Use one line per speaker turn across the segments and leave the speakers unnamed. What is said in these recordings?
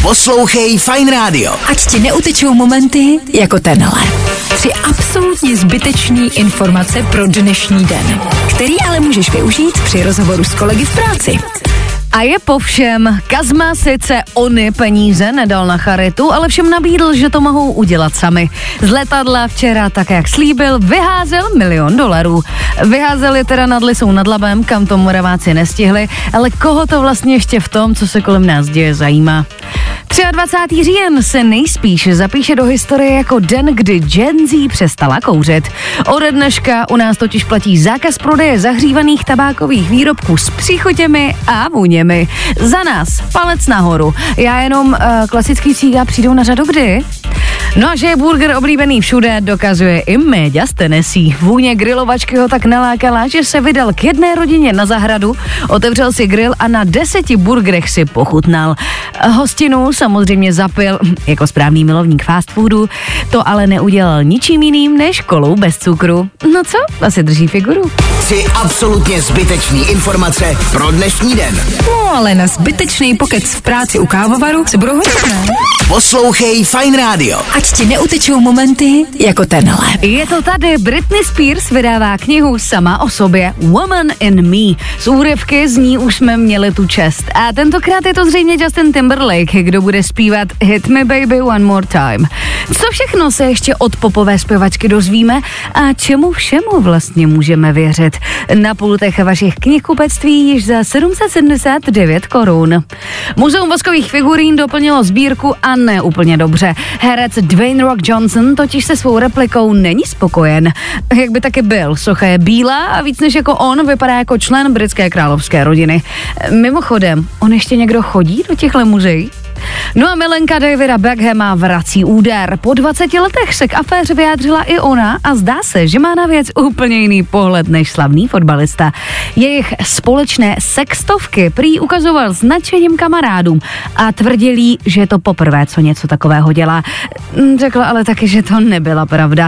Poslouchej Fajn rádio.
Ať ti neutečou momenty jako tenhle. 3 absolutně zbytečný informace pro dnešní den, který ale můžeš využít při rozhovoru s kolegy v práci.
A je po všem, Kazma sice ony peníze nedal na charitu, ale všem nabídl, že to mohou udělat sami. Z letadla včera, tak jak slíbil, vyházel $1 milion. Vyházel je teda nad Lisou nad Labem, kam to Moraváci nestihli, ale koho to vlastně ještě v tom, co se kolem nás děje, zajímá. 23. říjen se nejspíš zapíše do historie jako den, kdy Gen Z přestala kouřit. Ode dneška u nás totiž platí zákaz prodeje zahřívaných tabákových výrobků s příchutěmi a vůněmi. Za nás palec nahoru. Já jenom klasický cíga přijdou na řadu kdy? No a že je burger oblíbený všude, dokazuje i média z Tennessee. Vůně grilovačky ho tak nalákala, že se vydal k jedné rodině na zahradu, otevřel si grill a na 10 burgerech si pochutnal. Hostinu samozřejmě zapil jako správný milovník fast foodu, to ale neudělal ničím jiným než kolou bez cukru. No co? Asi drží figuru.
3 absolutně zbytečný informace pro dnešní den.
No ale na zbytečný pokec v práci u kávovaru se budou hodit, ne?
Poslouchej Fajn rádio.
Ať ti neutečou momenty jako tenhle.
Je to tady, Britney Spears vydává knihu sama o sobě Woman in Me. Z úryvky z ní už jsme měli tu čest. A tentokrát je to zřejmě Justin Timberlake, kdo bude zpívat Hit Me Baby One More Time. Co všechno se ještě od popové zpěvačky dozvíme a čemu všemu vlastně můžeme věřit? Na pultech vašich knihkupectví již za 779 korun. Muzeum voskových figurín doplnilo sbírku a ne úplně dobře. Herec Dwayne Rock Johnson totiž se svou replikou není spokojen. Jak by taky byl, socha je bílá a víc než jako on vypadá jako člen britské královské rodiny. Mimochodem, on ještě někdo chodí do těchto muzeí? No a milenka Davida Beckhama vrací úder. Po 20 letech se k aféře vyjádřila i ona a zdá se, že má na věc úplně jiný pohled než slavný fotbalista. Jejich společné sextovky prý ukazoval s nadšením kamarádům a tvrdil jí, že je to poprvé, co něco takového dělá. Řekla ale taky, že to nebyla pravda.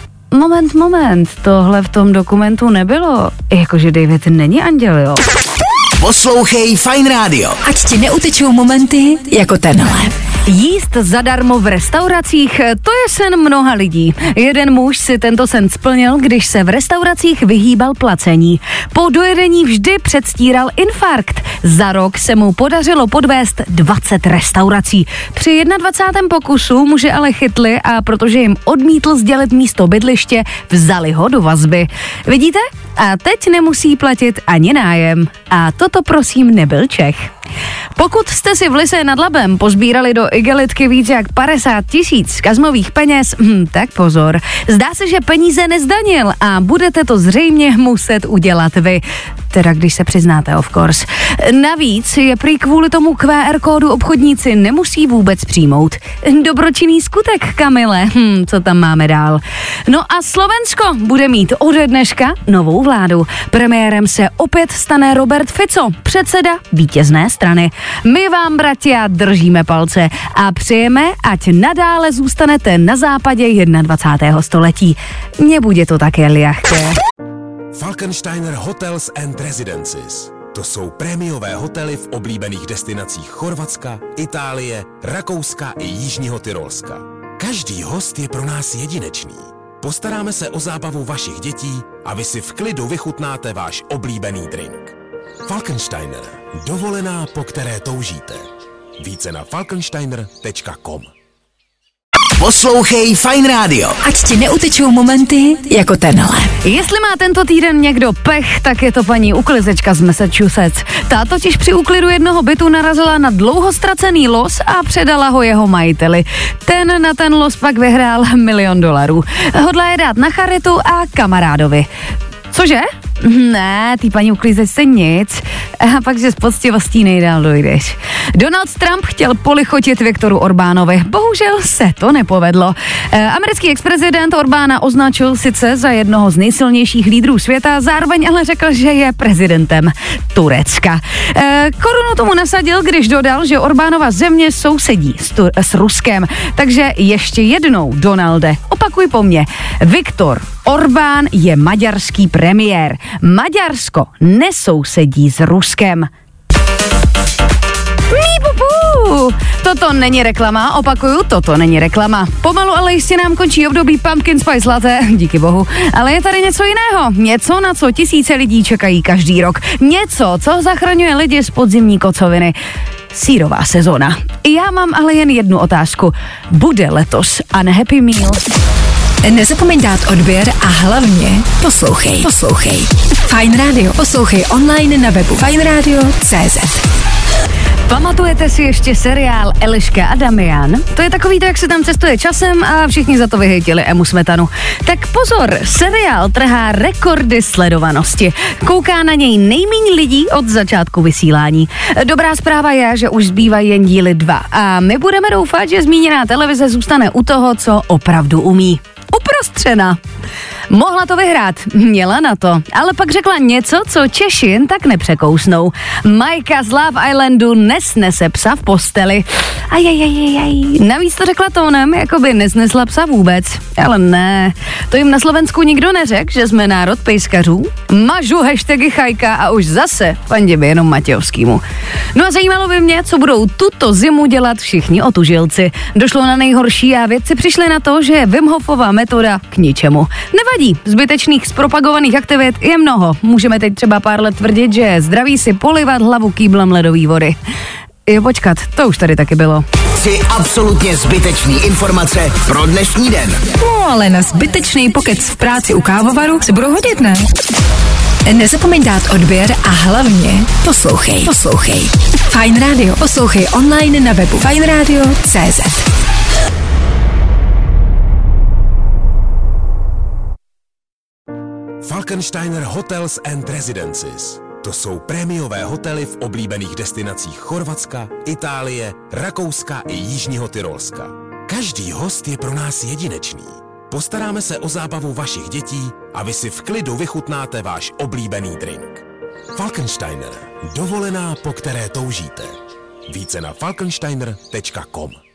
Moment, tohle v tom dokumentu nebylo. Jakože David není anděl, jo?
Poslouchej Fajn rádio.
Ať ti neutečou momenty jako tenhle.
Jíst zadarmo v restauracích, to je sen mnoha lidí. Jeden muž si tento sen splnil, když se v restauracích vyhýbal placení. Po dojedení vždy předstíral infarkt. Za rok se mu podařilo podvést 20 restaurací. Při 21. pokusu muže ale chytli a protože jim odmítl sdělit místo bydliště, vzali ho do vazby. Vidíte? A teď nemusí platit ani nájem. A toto prosím nebyl Čech. Pokud jste si v Lise nad Labem pozbírali do igelitky víc jak 50 000 kazmových peněz, tak pozor. Zdá se, že peníze nezdanil a budete to zřejmě muset udělat vy. Teda když se přiznáte, of course. Navíc je prý kvůli tomu QR kódu obchodníci nemusí vůbec přijmout. Dobročinný skutek, Kamile. Co tam máme dál? No a Slovensko bude mít ode dneška novou vládu. Premiérem se opět stane Robert Fico, předseda vítězné strany. My vám, bratia, držíme palce a přejeme, ať nadále zůstanete na západě 21. století. Nebude to také ľahké.
Falkensteiner Hotels and Residences. To jsou prémiové hotely v oblíbených destinacích Chorvatska, Itálie, Rakouska i Jižního Tyrolska. Každý host je pro nás jedinečný. Postaráme se o zábavu vašich dětí a vy si v klidu vychutnáte váš oblíbený drink. Falkensteiner. Dovolená, po které toužíte. Více na falkensteiner.com.
Poslouchej Fajn rádio.
Ať ti neutečou momenty jako tenhle.
Jestli má tento týden někdo pech, tak je to paní uklizečka z Massachusetts. Ta totiž při úklidu jednoho bytu narazila na dlouho ztracený los a předala ho jeho majiteli. Ten na ten los pak vyhrál $1 milion. Hodlá je dát na charitu a kamarádovi. Cože? Ne, ty paní uklízečce nic. A pak, že s poctivostí nejdál dojdeš. Donald Trump chtěl polichotit Viktoru Orbánovi. Bohužel se to nepovedlo. Americký exprezident Orbána označil sice za jednoho z nejsilnějších lídrů světa, zároveň ale řekl, že je prezidentem Turecka. Korunu tomu nasadil, když dodal, že Orbánova země sousedí s Ruskem. Takže ještě jednou, Donalde, opakuj po mně. Viktor Orbán je maďarský premiér. Maďarsko nesousedí s Ruskem. Mípupu! Toto není reklama, opakuju, toto není reklama. Pomalu ale jistě nám končí období Pumpkin Spice Latte, díky bohu. Ale je tady něco jiného, něco, na co tisíce lidí čekají každý rok. Něco, co zachraňuje lidi z podzimní kocoviny. Sýrová sezóna. Já mám ale jen jednu otázku. Bude letos Unhappy Meal?
Nezapomeň dát odběr a hlavně poslouchej. Fajn Radio. Poslouchej online na webu fajnradio.cz.
Pamatujete si ještě seriál Eliška a Damian? To je takový to, jak se tam cestuje časem a všichni za to vyhejtili Emu Smetanu. Tak pozor, seriál trhá rekordy sledovanosti. Kouká na něj nejméně lidí od začátku vysílání. Dobrá zpráva je, že už zbývají jen díly 2 a my budeme doufat, že zmíněná televize zůstane u toho, co opravdu umí. Uprostřena. Mohla to vyhrát, měla na to, ale pak řekla něco, co Češi jen tak nepřekousnou. Majka z Love Islandu nesnese psa v posteli. Navíc to řekla tónem, jako by nesnesla psa vůbec. Ale ne, to jim na Slovensku nikdo neřekl, že jsme národ pejskařů. Mažu hashtagy chajka a už zase fandíme jenom Matějovskýmu. No a zajímalo by mě, co budou tuto zimu dělat všichni otužilci. Došlo na nejhorší a vědci přišli na to, že je Wim Hofova metoda k ničemu. Nevadí, zbytečných zpropagovaných aktivit je mnoho. Můžeme teď třeba pár let tvrdit, že je zdravý si polivat hlavu kýblem ledové vody. Jo, počkat, to už tady taky bylo.
3 absolutně zbytečný informace pro dnešní den.
No ale na zbytečný pokec v práci u kávovaru se budou hodit, ne? Nezapomeň dát odběr a hlavně poslouchej. Fajn Radio. Poslouchej online na webu fajnradio.cz.
Falkensteiner Hotels and Residences. To jsou prémiové hotely v oblíbených destinacích Chorvatska, Itálie, Rakouska i Jižního Tyrolska. Každý host je pro nás jedinečný. Postaráme se o zábavu vašich dětí a vy si v klidu vychutnáte váš oblíbený drink. Falkensteiner. Dovolená, po které toužíte. Více na falkensteiner.com.